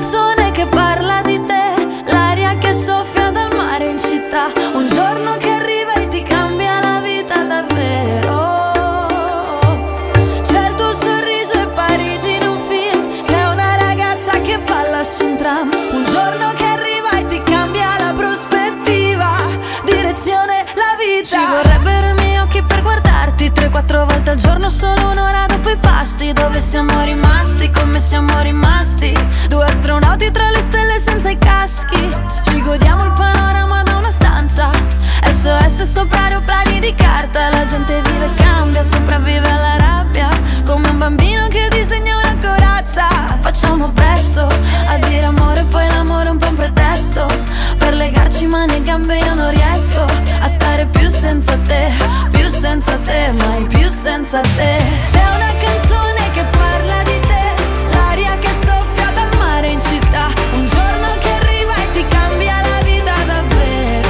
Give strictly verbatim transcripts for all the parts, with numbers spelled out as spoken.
canzone che parla di te, l'aria che soffia dal mare in città, un giorno che arriva e ti cambia la vita davvero. C'è il tuo sorriso e Parigi in un film, c'è una ragazza che balla su un tram, un giorno che arriva e ti cambia la prospettiva, direzione la vita. Ci vorrebbero i miei occhi per guardarti tre quattro volte al giorno, solo un'ora dopo i pasti. Dove siamo rimasti, come siamo rimasti, due astronauti tra le stelle senza i caschi. Ci godiamo il panorama da una stanza, S O S sopra aeroplani di carta. La gente vive e cambia, sopravvive alla rabbia, come un bambino che disegna una corazza. Facciamo presto a dire amore, poi l'amore è un po' un pretesto per legarci mani e gambe. Io non riesco a stare più senza te, più senza te, mai più senza te. C'è una canzone che parla di te, l'aria che soffia dal mare in città, un giorno che arriva e ti cambia la vita davvero.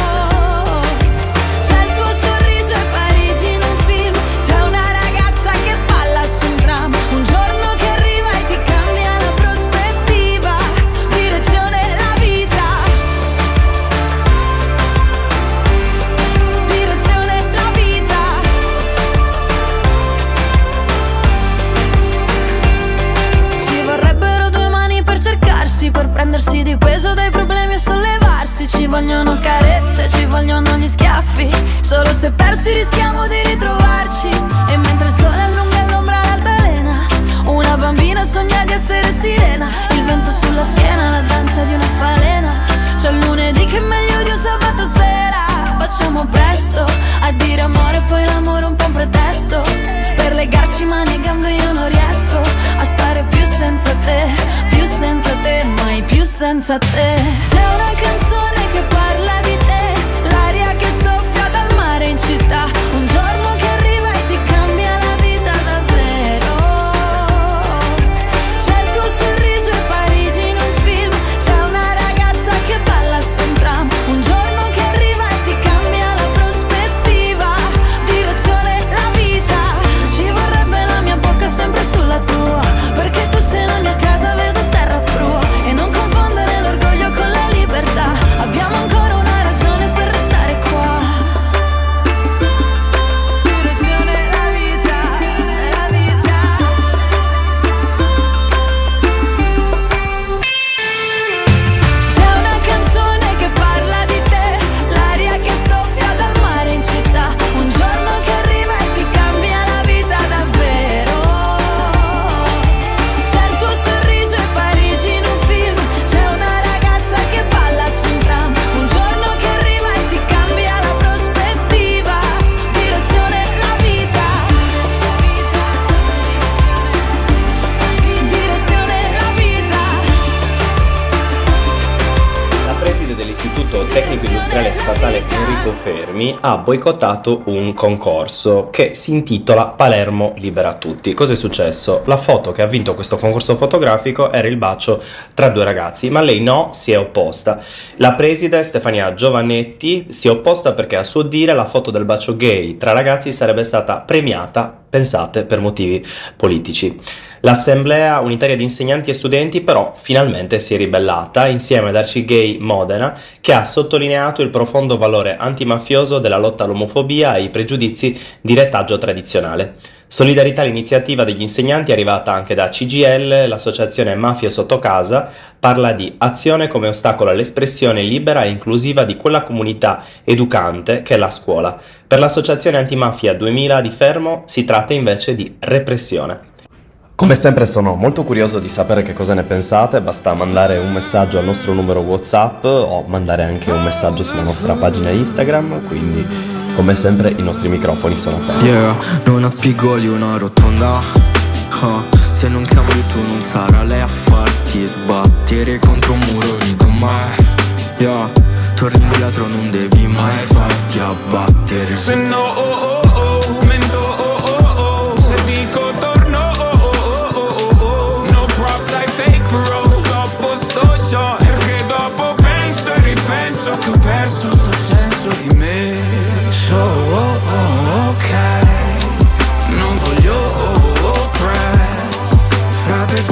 C'è il tuo sorriso e Parigi in un film, c'è una ragazza che balla su un tram, un giorno che arriva e ti cambia la prospettiva, direzione la vita, direzione la vita. Ci vorrebbero due mani per cercarsi, per prendersi di peso dai problemi e sollevarsi. Ci vogliono carezze, ci vogliono gli schiaffi, solo se persi rischiamo di ritrovarci. E mentre il sole allunga l'ombra all'altalena, una bambina sogna di essere sirena, il vento sulla schiena, la danza di una falena. C'è il lunedì che è meglio di un sabato sera. Facciamo presto a dire amore, poi l'amore è un po' un pretesto per legarci mani e gambe. Io non riesco a stare più senza te, più senza te, mai più senza te. C'è una canzone che parla di te, l'aria che soffia dal mare in città, un giorno che arriva e ti cambia la vita davvero. C'è il tuo sorriso e Parigi in un film, c'è una ragazza che balla su un tram, un giorno che arriva e ti cambia la prospettiva, direzione la vita. Ci vorrebbe la mia bocca sempre sulla tua, perché tu sei la mia casa, vedo terra prua. E non confondere l'orgoglio con la libertà, abbiamo ancora una ragione per restare qua. Direzione la vita, la vita. C'è una canzone che parla di te, l'aria che soffia dal mare in città, un giorno che arriva e ti cambia la vita davvero. C'è il tuo sorriso e Parigi in un film, c'è una ragazza che balla su un tram, un giorno che arriva e ti cambia la prospettiva, direzione la vita, direzione la vita. La preside dell'Istituto Tecnico Industriale Statale Enrico Fermi ha boicottato un concorso che si intitola Palermo Libera Tutti. Cos'è successo? La foto che ha vinto questo concorso fotografico era il bacio tra due ragazzi, ma lei no, si è opposta. La preside Stefania Giovannetti si è opposta perché a suo dire la foto del bacio gay tra ragazzi sarebbe stata premiata, pensate, per motivi politici. L'Assemblea Unitaria di Insegnanti e Studenti però finalmente si è ribellata insieme ad Arcigay Modena, che ha sottolineato il profondo valore antimafioso della lotta all'omofobia e ai pregiudizi di retaggio tradizionale. Solidarietà all'iniziativa degli insegnanti è arrivata anche da C G I L, l'associazione Mafia Sotto Casa parla di azione come ostacolo all'espressione libera e inclusiva di quella comunità educante che è la scuola. Per l'associazione Antimafia duemila di Fermo si tratta invece di repressione. Come sempre sono molto curioso di sapere che cosa ne pensate, basta mandare un messaggio al nostro numero WhatsApp o mandare anche un messaggio sulla nostra pagina Instagram, quindi come sempre i nostri microfoni sono aperti. Yeah, non ha spigoli una rotonda, oh, se non cambi tu non sarà lei a farti sbattere contro un muro di domani. Yeah, torni indietro non devi mai farti abbattere. Se no, oh oh oh, mento, oh oh oh, se dico torno, oh oh oh oh oh, no props ai fake bro, stoppo sto ciò, perché dopo penso e ripenso che ho perso sto senso di me. So, oh oh ok, non voglio oh oh press, frate te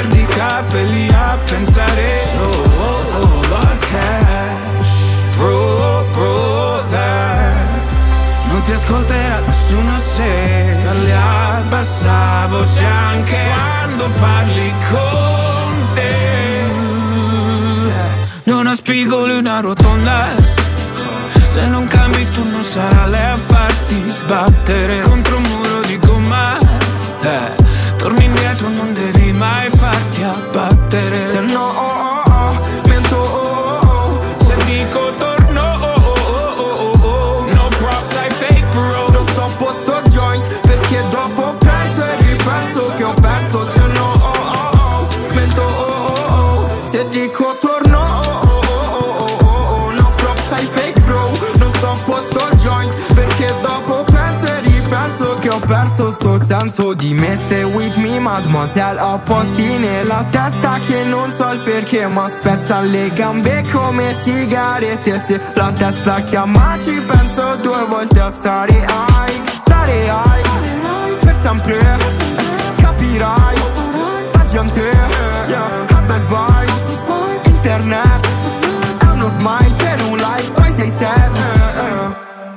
perdi i capelli a pensare solo a cash, bro, brother. Non ti ascolterà nessuno se parli a bassa voce anche quando parli con te. Non ha spigoli una rotonda, se non cambi tu non sarà lei a farti sbattere contro un muro di gomma. Eh, torni indietro, non devi mai farti abbattere. Se no, oh, oh, oh, mento, oh, oh, oh. Se dico torno, oh, oh, oh, oh, oh. No props, I fake bro. Non sto a posto joint, perché dopo penso e ripenso che ho perso. Se no, oh, oh, oh, mento, oh, oh, oh. Se dico torno, oh, oh, oh, oh, oh. No props, I fake bro. Non sto a posto joint, perché dopo penso e ripenso che ho perso sto senso di me. Stay with me, mademoiselle. Ho posti nella testa che non so il perché, ma spezza le gambe come sigarette. Se la testa chiama ci penso due volte a stare high. Stare high per sempre, eh, capirai. Sta gente, yeah, ha bad vibes. Internet è uno smile per un like, poi sei sad, eh, eh.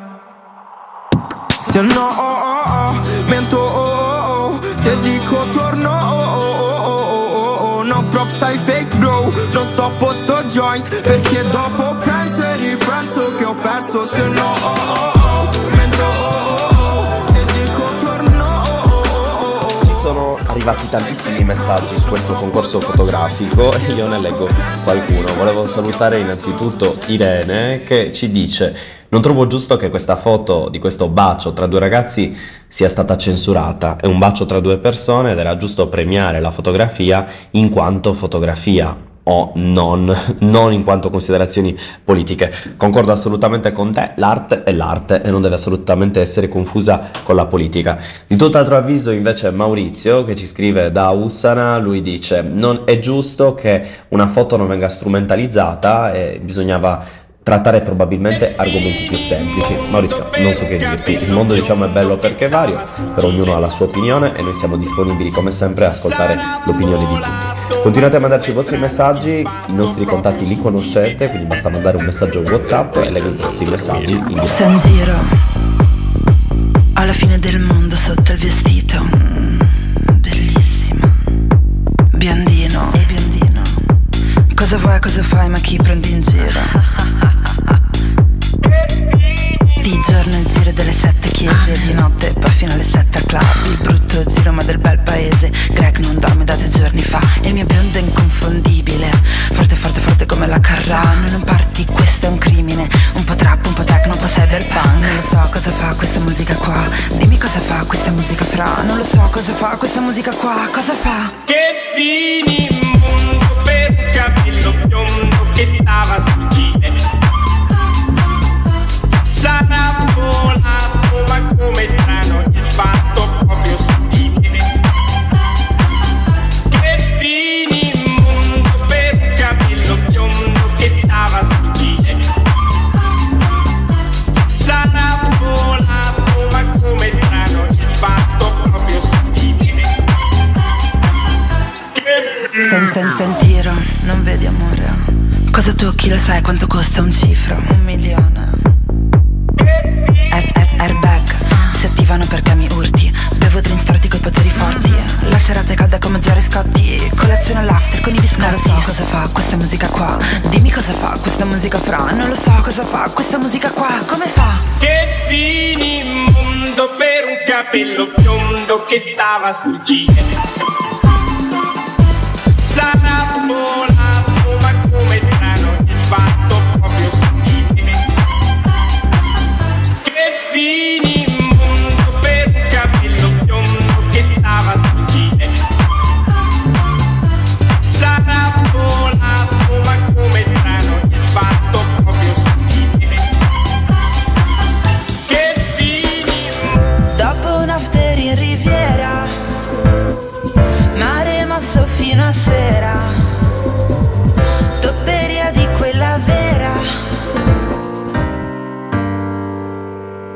Se no, oh, oh, oh, mento, oh, oh, oh. Se dico torno, oh, oh, oh, oh, oh, oh. No props, I fake bro. Non sto a posto joint, perché dopo penso e ripenso che ho perso. Se no, oh, oh, oh, mento, oh, oh, oh. Se dico torno, oh, oh, oh, oh. Ci sono arrivati tantissimi messaggi su questo concorso fotografico e io ne leggo qualcuno. Volevo salutare innanzitutto Irene che ci dice: non trovo giusto che questa foto di questo bacio tra due ragazzi sia stata censurata. È un bacio tra due persone ed era giusto premiare la fotografia in quanto fotografia o non, non in quanto considerazioni politiche. Concordo assolutamente con te, l'arte è l'arte e non deve assolutamente essere confusa con la politica. Di tutt'altro avviso invece Maurizio che ci scrive da Ussana, lui dice: non è giusto che una foto non venga strumentalizzata e bisognava trattare probabilmente argomenti più semplici. Maurizio, non so che dirti, il mondo diciamo è bello perché è vario, però ognuno ha la sua opinione e noi siamo disponibili come sempre a ascoltare l'opinione di tutti. Continuate a mandarci i vostri messaggi, i nostri contatti li conoscete, quindi basta mandare un messaggio WhatsApp e leggo i vostri messaggi in diretta. Sto in giro alla fine del mondo sotto il vestito, mm, bellissimo, biondino e biondino. Cosa vuoi, cosa fai, ma chi prendi in giro? Di giorno il giro delle sette chiese, di notte poi fino alle sette al club. Il brutto giro ma del bel paese. Greg non dorme da due giorni fa. Il mio biondo è inconfondibile, forte forte forte come la Carrà. Noi non parti, questo è un crimine. Un po' trap, un po' techno, un po' cyberpunk. Non lo so cosa fa questa musica qua. Dimmi cosa fa questa musica fra. Non lo so cosa fa questa musica qua. Cosa fa? Che fini mondo per capello biondo che stava sul giro. Sarà volato ma come strano il fatto proprio su di me. Che fini mondo per capello biondo che stava sul giro. Sarà volato ma come strano il fatto proprio su di me. Sta, sta, sta in tiro, non vedi amore. Cosa tocchi lo sai quanto costa un cifro? Un milione. Air, air, airbag, si attivano perché mi urti. Bevo drink storti coi poteri forti. La serata è calda come Gerry Scotti. Colazione all'after con i biscotti. Non lo so cosa fa questa musica qua. Dimmi cosa fa questa musica fra. Non lo so cosa fa questa musica qua. Come fa? Che fini mondo per un capello biondo che stava sul giro. Sarà volato ma come strano il fatto proprio su di me. Che fini mondo per un capello biondo che stava sul giro. Sarà volato ma come strano il fatto proprio su di me. Che fini. Dopo un after in Riviera, mare mosso fino a sera, topperia di quella vera.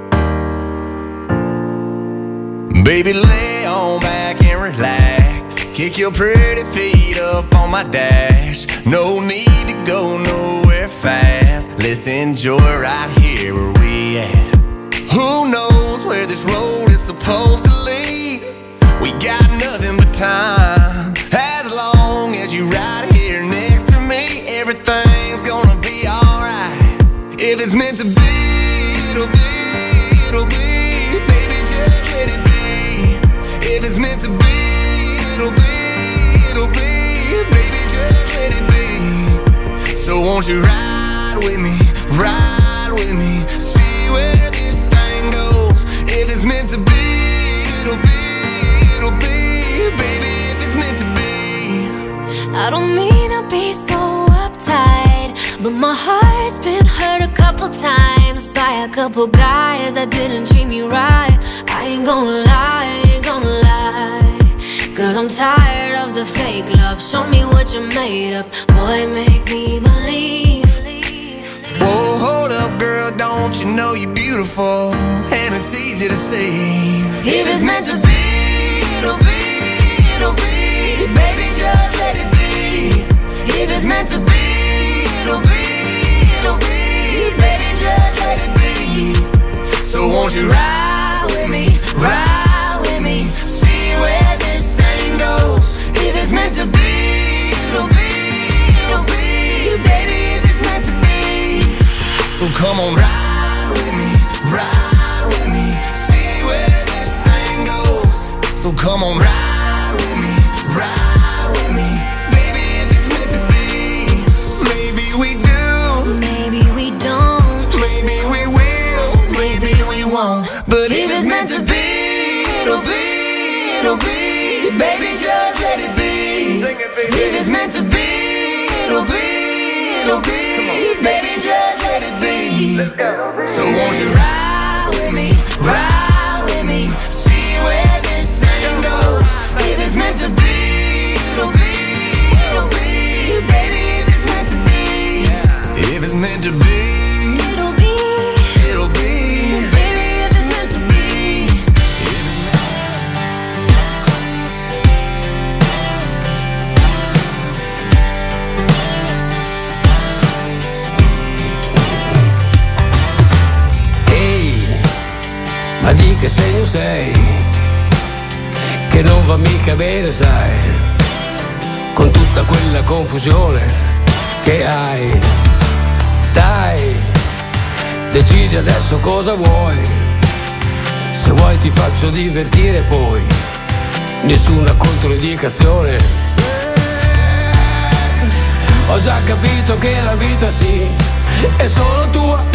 Baby, lay on back and relax. Kick your pretty feet up on my dash. No need to go nowhere fast. Let's enjoy right here where we at. Who knows where this road is supposed to lead? We got nothing but time. As long as you right here next to me, everything's gonna be alright. If it's meant to be, it'll be, it'll be. Baby, just let it be. If it's meant to be, it'll be, it'll be. Baby, just let it be. So won't you ride with me, ride with me, see where this thing goes. If it's meant to be, it'll be, it'll be. Baby, if it's meant to be. I don't mean to be so uptight, but my heart's been hurt a couple times by a couple guys that didn't treat me right. I ain't gonna lie, I ain't gonna lie, cause I'm tired of the fake love. Show me what you're made of, boy, make me believe. Whoa, hold up, girl, don't you know you're beautiful? And it's easy to see. If it's meant to be, it'll be, it'll be. Baby, just let it be. If it's meant to be, it'll be, it'll be. Baby, just let it be. So won't you ride with me, ride with me, see where this thing goes. If it's meant to be, it'll be, it'll be. Baby, if it's meant to be. So come on, ride with me, ride with me, see where this thing goes. So come on, ride with me, ride with me, baby, if it's meant to be. Maybe we do, maybe we don't, maybe we will, maybe we won't. But if it's meant to be, it'll be, it'll be. Baby, just let it be. Sing it, baby. If it's meant to be, it'll be, it'll be. Baby, just let it be. Let's go. So won't you ride with me, ride with me, see where this thing goes. If it's meant to be, it'll be, it'll be. Baby, if it's meant to be, if it's meant to be, it'll be, it'll be. Baby, if it's meant to be. Ma di che segno sei? Che non va mica bene, sai, con tutta quella confusione che hai. Dai, decidi adesso cosa vuoi. Se vuoi ti faccio divertire poi, nessuna controindicazione. Ho già capito che la vita sì, è solo tua.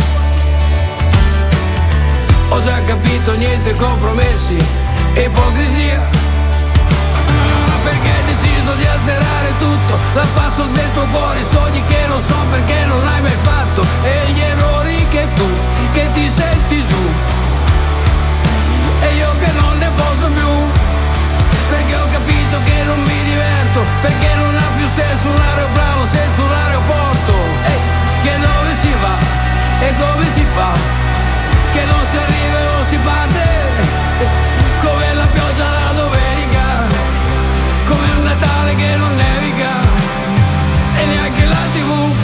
Ho già capito, niente compromessi, ipocrisia. Perché hai deciso di azzerare tutto, dal passo del tuo cuore, i sogni che non so perché non l'hai mai fatto, e gli errori che tu, che ti senti giù, e io che non ne posso più. Perché ho capito che non mi diverto, perché non ha più senso un aeroplano senza un aeroporto. Ehi, che dove si va e come si fa, che non si arriva e non si parte, come la pioggia la domenica, come un Natale che non nevica, e neanche la tivù.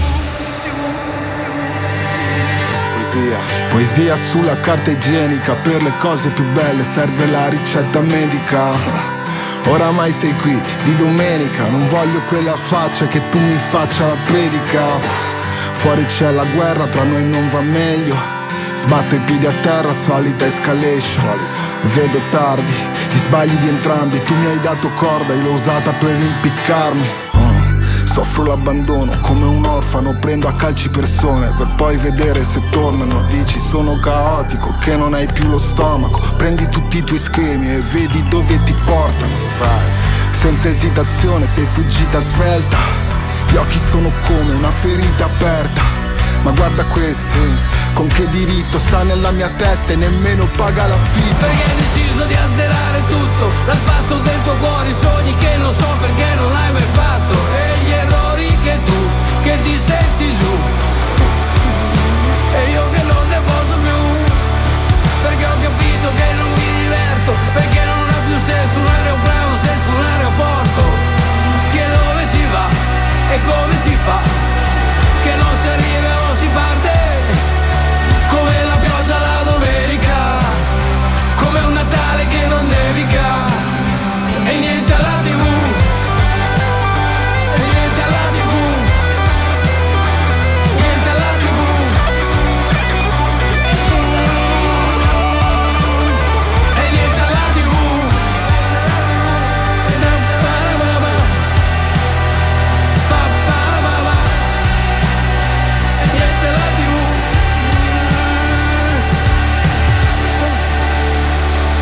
Poesia, poesia sulla carta igienica, per le cose più belle serve la ricetta medica. Oramai sei qui di domenica, non voglio quella faccia che tu mi faccia la predica. Fuori c'è la guerra, tra noi non va meglio. Sbatto i piedi a terra, solita escalation. Vedo tardi, gli sbagli di entrambi. Tu mi hai dato corda, io l'ho usata per impiccarmi. uh, Soffro l'abbandono come un orfano, prendo a calci persone per poi vedere se tornano. Dici sono caotico, che non hai più lo stomaco. Prendi tutti i tuoi schemi e vedi dove ti portano. Vai, senza esitazione sei fuggita svelta. Gli occhi sono come una ferita aperta. Ma guarda questo, con che diritto sta nella mia testa e nemmeno paga l'affitto. Perché hai deciso di azzerare tutto, dal passo del tuo cuore, i sogni che non so perché non hai